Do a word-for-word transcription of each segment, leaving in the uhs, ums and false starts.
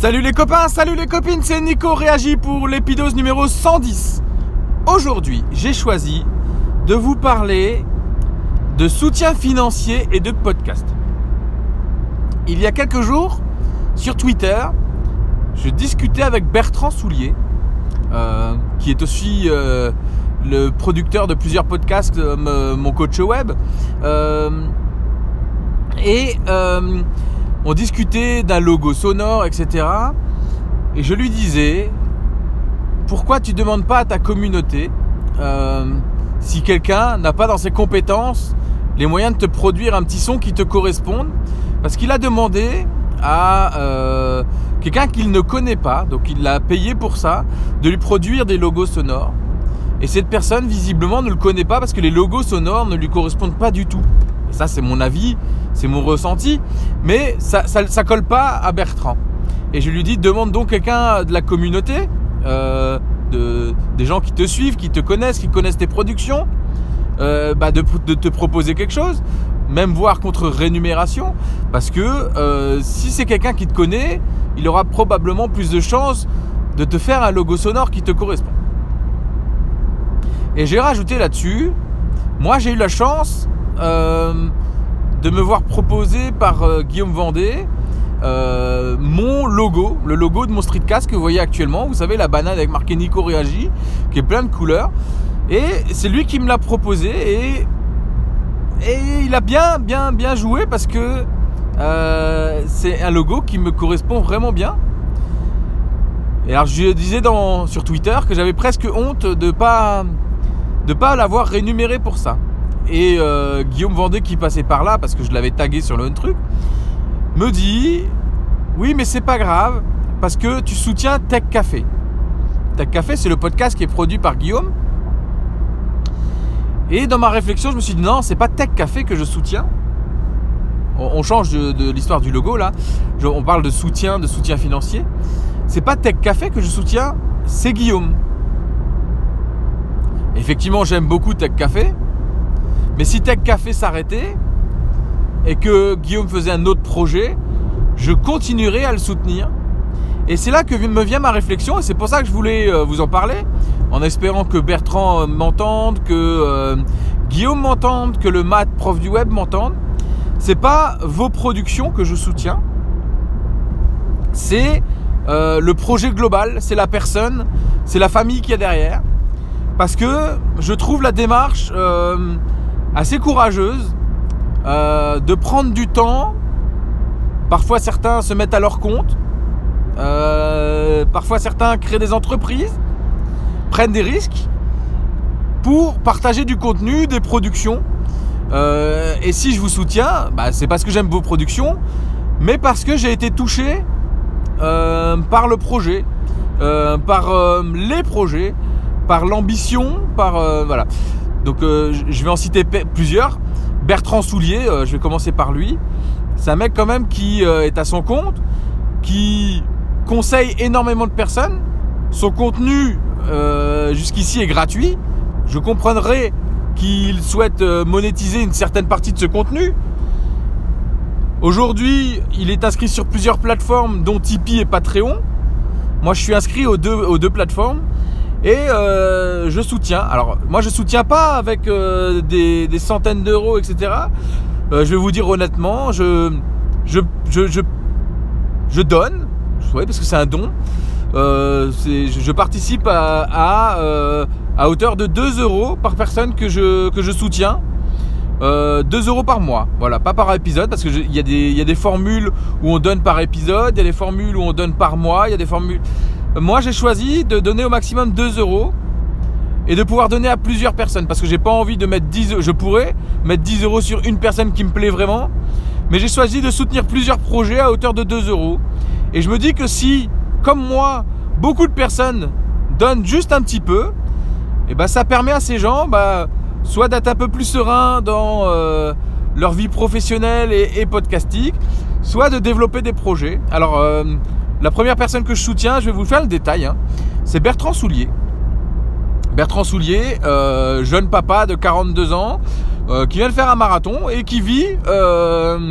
Salut les copains, salut les copines, c'est Nico Réagi pour l'épidose numéro cent dix. Aujourd'hui, j'ai choisi de vous parler de soutien financier et de podcast. Il y a quelques jours, sur Twitter, je discutais avec Bertrand Soulier, euh, qui est aussi euh, le producteur de plusieurs podcasts comme euh, Mon Coach Web. Euh, et euh, on discutait d'un logo sonore, et cetera. Et je lui disais, pourquoi tu ne demandes pas à ta communauté euh, si quelqu'un n'a pas dans ses compétences les moyens de te produire un petit son qui te corresponde? Parce qu'il a demandé à euh, quelqu'un qu'il ne connaît pas, donc il l'a payé pour ça, de lui produire des logos sonores. Et cette personne, visiblement, ne le connaît pas parce que les logos sonores ne lui correspondent pas du tout. Et ça, c'est mon avis, c'est mon ressenti, mais ça ça, ça colle pas à Bertrand. Et je lui dis, demande donc quelqu'un de la communauté, euh, de, des gens qui te suivent, qui te connaissent, qui connaissent tes productions, euh, bah de, de te proposer quelque chose, même voire contre rémunération, parce que euh, si c'est quelqu'un qui te connaît, il aura probablement plus de chances de te faire un logo sonore qui te correspond. Et j'ai rajouté là-dessus, moi j'ai eu la chance euh, de me voir proposer par euh, Guillaume Vendée euh, mon logo, le logo de mon streetcast que vous voyez actuellement. Vous savez, la banane avec marqué Nico Réagi, qui est plein de couleurs. Et c'est lui qui me l'a proposé et, et il a bien, bien, bien joué parce que euh, c'est un logo qui me correspond vraiment bien. Et alors je disais dans, sur Twitter que j'avais presque honte de ne pas, de pas l'avoir rémunéré pour ça. Et euh, Guillaume Vendée qui passait par là, parce que je l'avais tagué sur le truc, me dit oui mais c'est pas grave parce que tu soutiens Tech Café. Tech Café, c'est le podcast qui est produit par Guillaume. Et dans ma réflexion, je me suis dit non, c'est pas Tech Café que je soutiens. On, on change de, de l'histoire du logo là. Je, on parle de soutien, de soutien financier. C'est pas Tech Café que je soutiens, c'est Guillaume. Effectivement, j'aime beaucoup Tech Café. Mais si Tech Café s'arrêtait et que Guillaume faisait un autre projet, je continuerai à le soutenir. Et c'est là que me vient ma réflexion, et c'est pour ça que je voulais vous en parler, en espérant que Bertrand m'entende, que euh, Guillaume m'entende, que le Matt, prof du web, m'entende. C'est pas vos productions que je soutiens, c'est euh, le projet global, c'est la personne, c'est la famille qu'il y a derrière. Parce que je trouve la démarche euh, assez courageuse euh, de prendre du temps. Parfois certains se mettent à leur compte, euh, parfois certains créent des entreprises, prennent des risques pour partager du contenu, des productions. Euh, et si je vous soutiens, bah, c'est parce que j'aime vos productions, mais parce que j'ai été touché euh, par le projet, euh, par euh, les projets, par l'ambition, par euh, voilà. Donc euh, je vais en citer p- plusieurs. Bertrand Soulier, euh, je vais commencer par lui. C'est un mec quand même qui euh, est à son compte, qui conseille énormément de personnes. Son contenu euh, jusqu'ici est gratuit. Je comprendrais qu'il souhaite euh, monétiser une certaine partie de ce contenu. Aujourd'hui, il est inscrit sur plusieurs plateformes, dont Tipeee et Patreon. Moi, je suis inscrit aux deux, aux deux plateformes. Et euh, je soutiens. Alors moi je soutiens pas avec euh, des, des centaines d'euros, et cetera. Euh, je vais vous dire honnêtement, je je je je, je donne, ouais, parce que c'est un don. Euh, c'est, je, je participe à à, euh, à hauteur de deux euros par personne que je que je soutiens. Euh, deux euros par mois, voilà, pas par épisode, parce que il y a des il y a des formules où on donne par épisode, il y a des formules où on donne par mois, il y a des formules. Moi, j'ai choisi de donner au maximum deux euros et de pouvoir donner à plusieurs personnes parce que j'ai pas envie de mettre dix euros. Je pourrais mettre dix euros sur une personne qui me plaît vraiment, mais j'ai choisi de soutenir plusieurs projets à hauteur de deux euros. Et je me dis que si, comme moi, beaucoup de personnes donnent juste un petit peu, et ben ça permet à ces gens, bah, soit d'être un peu plus sereins dans euh, leur vie professionnelle et, et podcastique, soit de développer des projets. Alors euh, la première personne que je soutiens, je vais vous faire le détail, hein, c'est Bertrand Soulier. Bertrand Soulier, euh, jeune papa de quarante-deux ans, euh, qui vient de faire un marathon et qui vit, euh,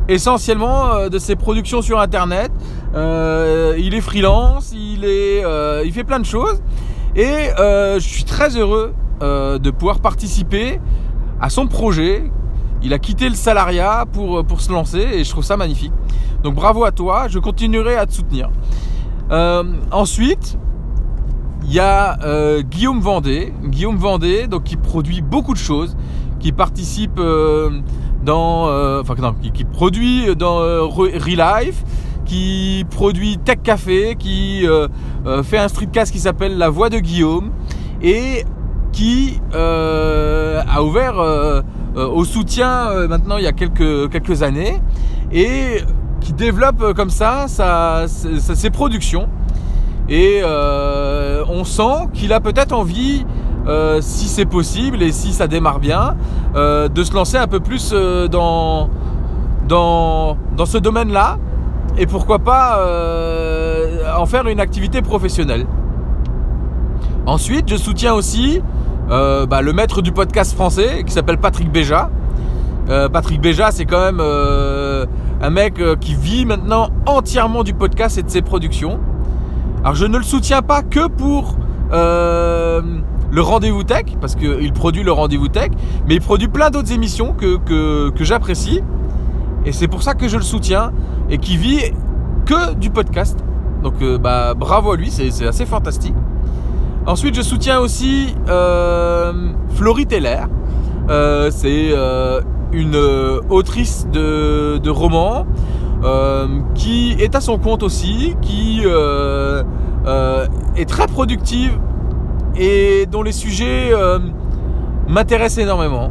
essentiellement euh, de ses productions sur internet. Euh, il est freelance, il, est, euh, il fait plein de choses et euh, je suis très heureux euh, de pouvoir participer à son projet. Il a quitté le salariat pour, pour se lancer et je trouve ça magnifique. Donc bravo à toi, je continuerai à te soutenir. Euh, ensuite, il y a euh, Guillaume Vendée, Guillaume Vendée, donc qui produit beaucoup de choses, qui participe euh, dans, euh, enfin non, qui, qui produit dans euh, Relife, qui produit Tech Café, qui euh, euh, fait un streetcast qui s'appelle La Voix de Guillaume et qui euh, a ouvert euh, euh, au soutien euh, maintenant il y a quelques quelques années et qui développe euh, comme ça sa, sa, ses productions. Et euh, on sent qu'il a peut-être envie, euh, si c'est possible et si ça démarre bien, euh, de se lancer un peu plus euh, dans, dans, dans ce domaine-là. Et pourquoi pas euh, en faire une activité professionnelle. Ensuite, je soutiens aussi euh, bah, le maître du podcast français qui s'appelle Patrick Béja. Euh, Patrick Béja, c'est quand même euh, un mec euh, qui vit maintenant entièrement du podcast et de ses productions. Alors je ne le soutiens pas que pour euh, le Rendez-vous Tech, parce qu'il produit le Rendez-vous Tech, mais il produit plein d'autres émissions que, que, que j'apprécie. Et c'est pour ça que je le soutiens et qui vit que du podcast. Donc euh, bah, bravo à lui, c'est, c'est assez fantastique. Ensuite je soutiens aussi euh, Florie Teller. Euh, c'est euh, une autrice de, de romans. Euh, qui est à son compte aussi, qui euh, euh, est très productive et dont les sujets euh, m'intéressent énormément.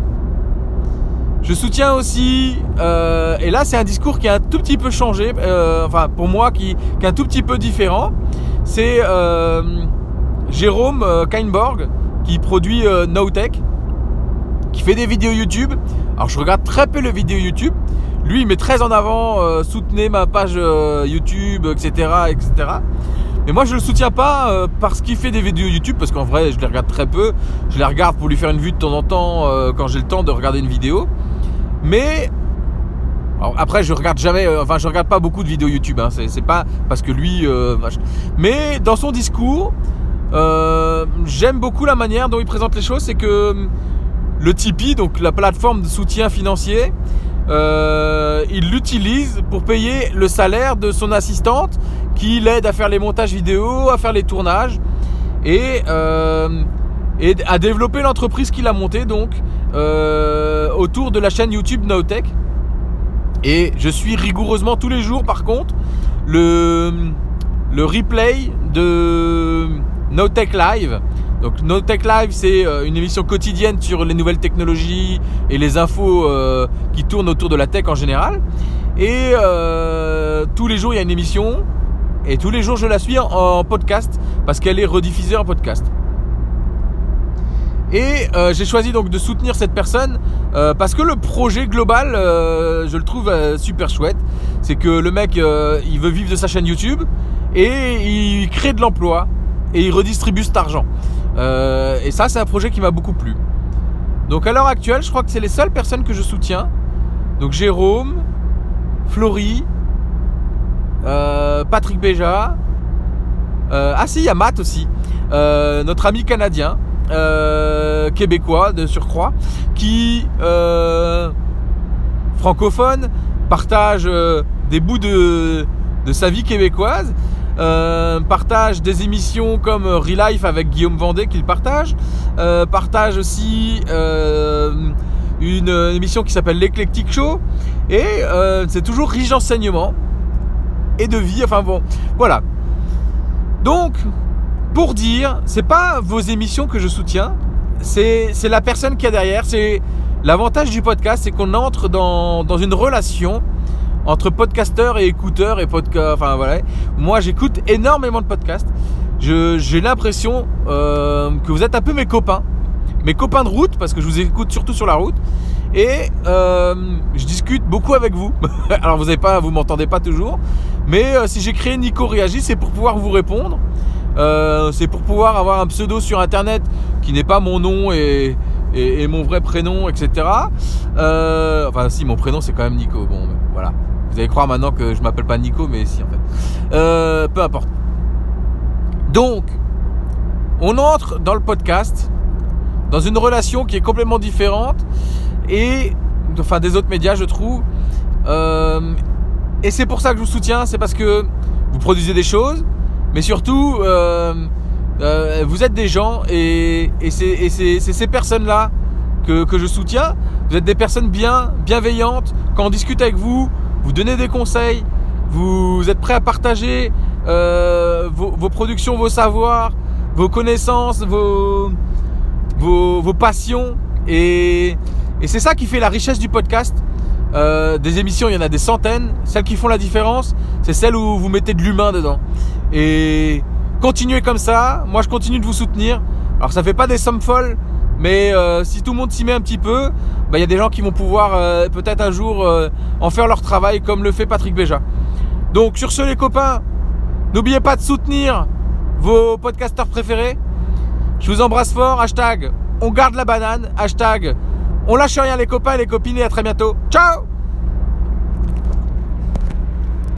Je soutiens aussi, euh, et là c'est un discours qui a un tout petit peu changé, euh, enfin pour moi qui, qui est un tout petit peu différent, c'est euh, Jérôme euh, Kainborg qui produit euh, NoTech, qui fait des vidéos YouTube. Alors je regarde très peu les vidéos YouTube. Lui, il met très en avant, euh, soutenez ma page euh, YouTube, et cetera, et cetera. Mais moi, je le soutiens pas euh, parce qu'il fait des vidéos YouTube, parce qu'en vrai, je les regarde très peu. Je les regarde pour lui faire une vue de temps en temps euh, quand j'ai le temps de regarder une vidéo. Mais alors, après, je regarde jamais, euh, enfin, je regarde pas beaucoup de vidéos YouTube. Hein, c'est, c'est pas parce que lui. Euh, mais dans son discours, euh, j'aime beaucoup la manière dont il présente les choses. C'est que le Tipeee, donc la plateforme de soutien financier. Euh, il l'utilise pour payer le salaire de son assistante qui l'aide à faire les montages vidéo, à faire les tournages et, euh, et à développer l'entreprise qu'il a montée donc euh, autour de la chaîne YouTube NoTech. Et je suis rigoureusement tous les jours par contre le, le replay de NoTech Live. Donc NoTech Live, c'est une émission quotidienne sur les nouvelles technologies et les infos euh, qui tournent autour de la tech en général. Et euh, tous les jours, il y a une émission. Et tous les jours, je la suis en, en podcast parce qu'elle est rediffusée en podcast. Et euh, j'ai choisi donc de soutenir cette personne euh, parce que le projet global, euh, je le trouve euh, super chouette. C'est que le mec, euh, il veut vivre de sa chaîne YouTube et il crée de l'emploi et il redistribue cet argent. Euh, et ça, c'est un projet qui m'a beaucoup plu. Donc à l'heure actuelle, je crois que c'est les seules personnes que je soutiens. Donc Jérôme, Florie, euh, Patrick Béja. Euh, ah si, il y a Matt aussi, euh, notre ami canadien, euh, québécois de surcroît, qui euh, francophone, partage euh, des bouts de, de sa vie québécoise. Euh, partage des émissions comme Relife avec Guillaume Vendée qu'il partage, euh, partage aussi euh, une, une émission qui s'appelle l'Eclectic Show et euh, c'est toujours riche d'enseignements et de vie, enfin bon, voilà. Donc, pour dire, c'est pas vos émissions que je soutiens, c'est, c'est la personne qui est derrière, c'est l'avantage du podcast, c'est qu'on entre dans, dans une relation entre podcasteurs et écouteurs et podca... enfin voilà. Moi, j'écoute énormément de podcasts. Je, j'ai l'impression euh, que vous êtes un peu mes copains, mes copains de route, parce que je vous écoute surtout sur la route. Et euh, je discute beaucoup avec vous. Alors vous avez pas, vous m'entendez pas toujours, mais euh, si j'ai créé Nico Réagit, c'est pour pouvoir vous répondre. Euh, c'est pour pouvoir avoir un pseudo sur internet qui n'est pas mon nom et, et, et mon vrai prénom, et cetera. Euh, enfin si, mon prénom c'est quand même Nico. Bon, voilà. Vous allez croire maintenant que je m'appelle pas Nico, mais si en fait. Euh, peu importe. Donc, on entre dans le podcast, dans une relation qui est complètement différente et, enfin, des autres médias, je trouve. Euh, et c'est pour ça que je vous soutiens, c'est parce que vous produisez des choses, mais surtout, euh, euh, vous êtes des gens et, et, c'est, et c'est, c'est ces personnes-là que, que je soutiens. Vous êtes des personnes bien, bienveillantes. Quand on discute avec vous, vous donnez des conseils, vous êtes prêts à partager euh, vos, vos productions, vos savoirs, vos connaissances, vos, vos, vos passions. Et, et c'est ça qui fait la richesse du podcast. Euh, des émissions, il y en a des centaines. Celles qui font la différence, c'est celles où vous mettez de l'humain dedans. Et continuez comme ça. Moi, je continue de vous soutenir. Alors, ça fait pas des sommes folles, mais euh, si tout le monde s'y met un petit peu, bah, y a des gens qui vont pouvoir euh, peut-être un jour euh, en faire leur travail, comme le fait Patrick Béja. Donc, sur ce, les copains, n'oubliez pas de soutenir vos podcasteurs préférés. Je vous embrasse fort. Hashtag on garde la banane. Hashtag on lâche rien les copains et les copines et à très bientôt. Ciao!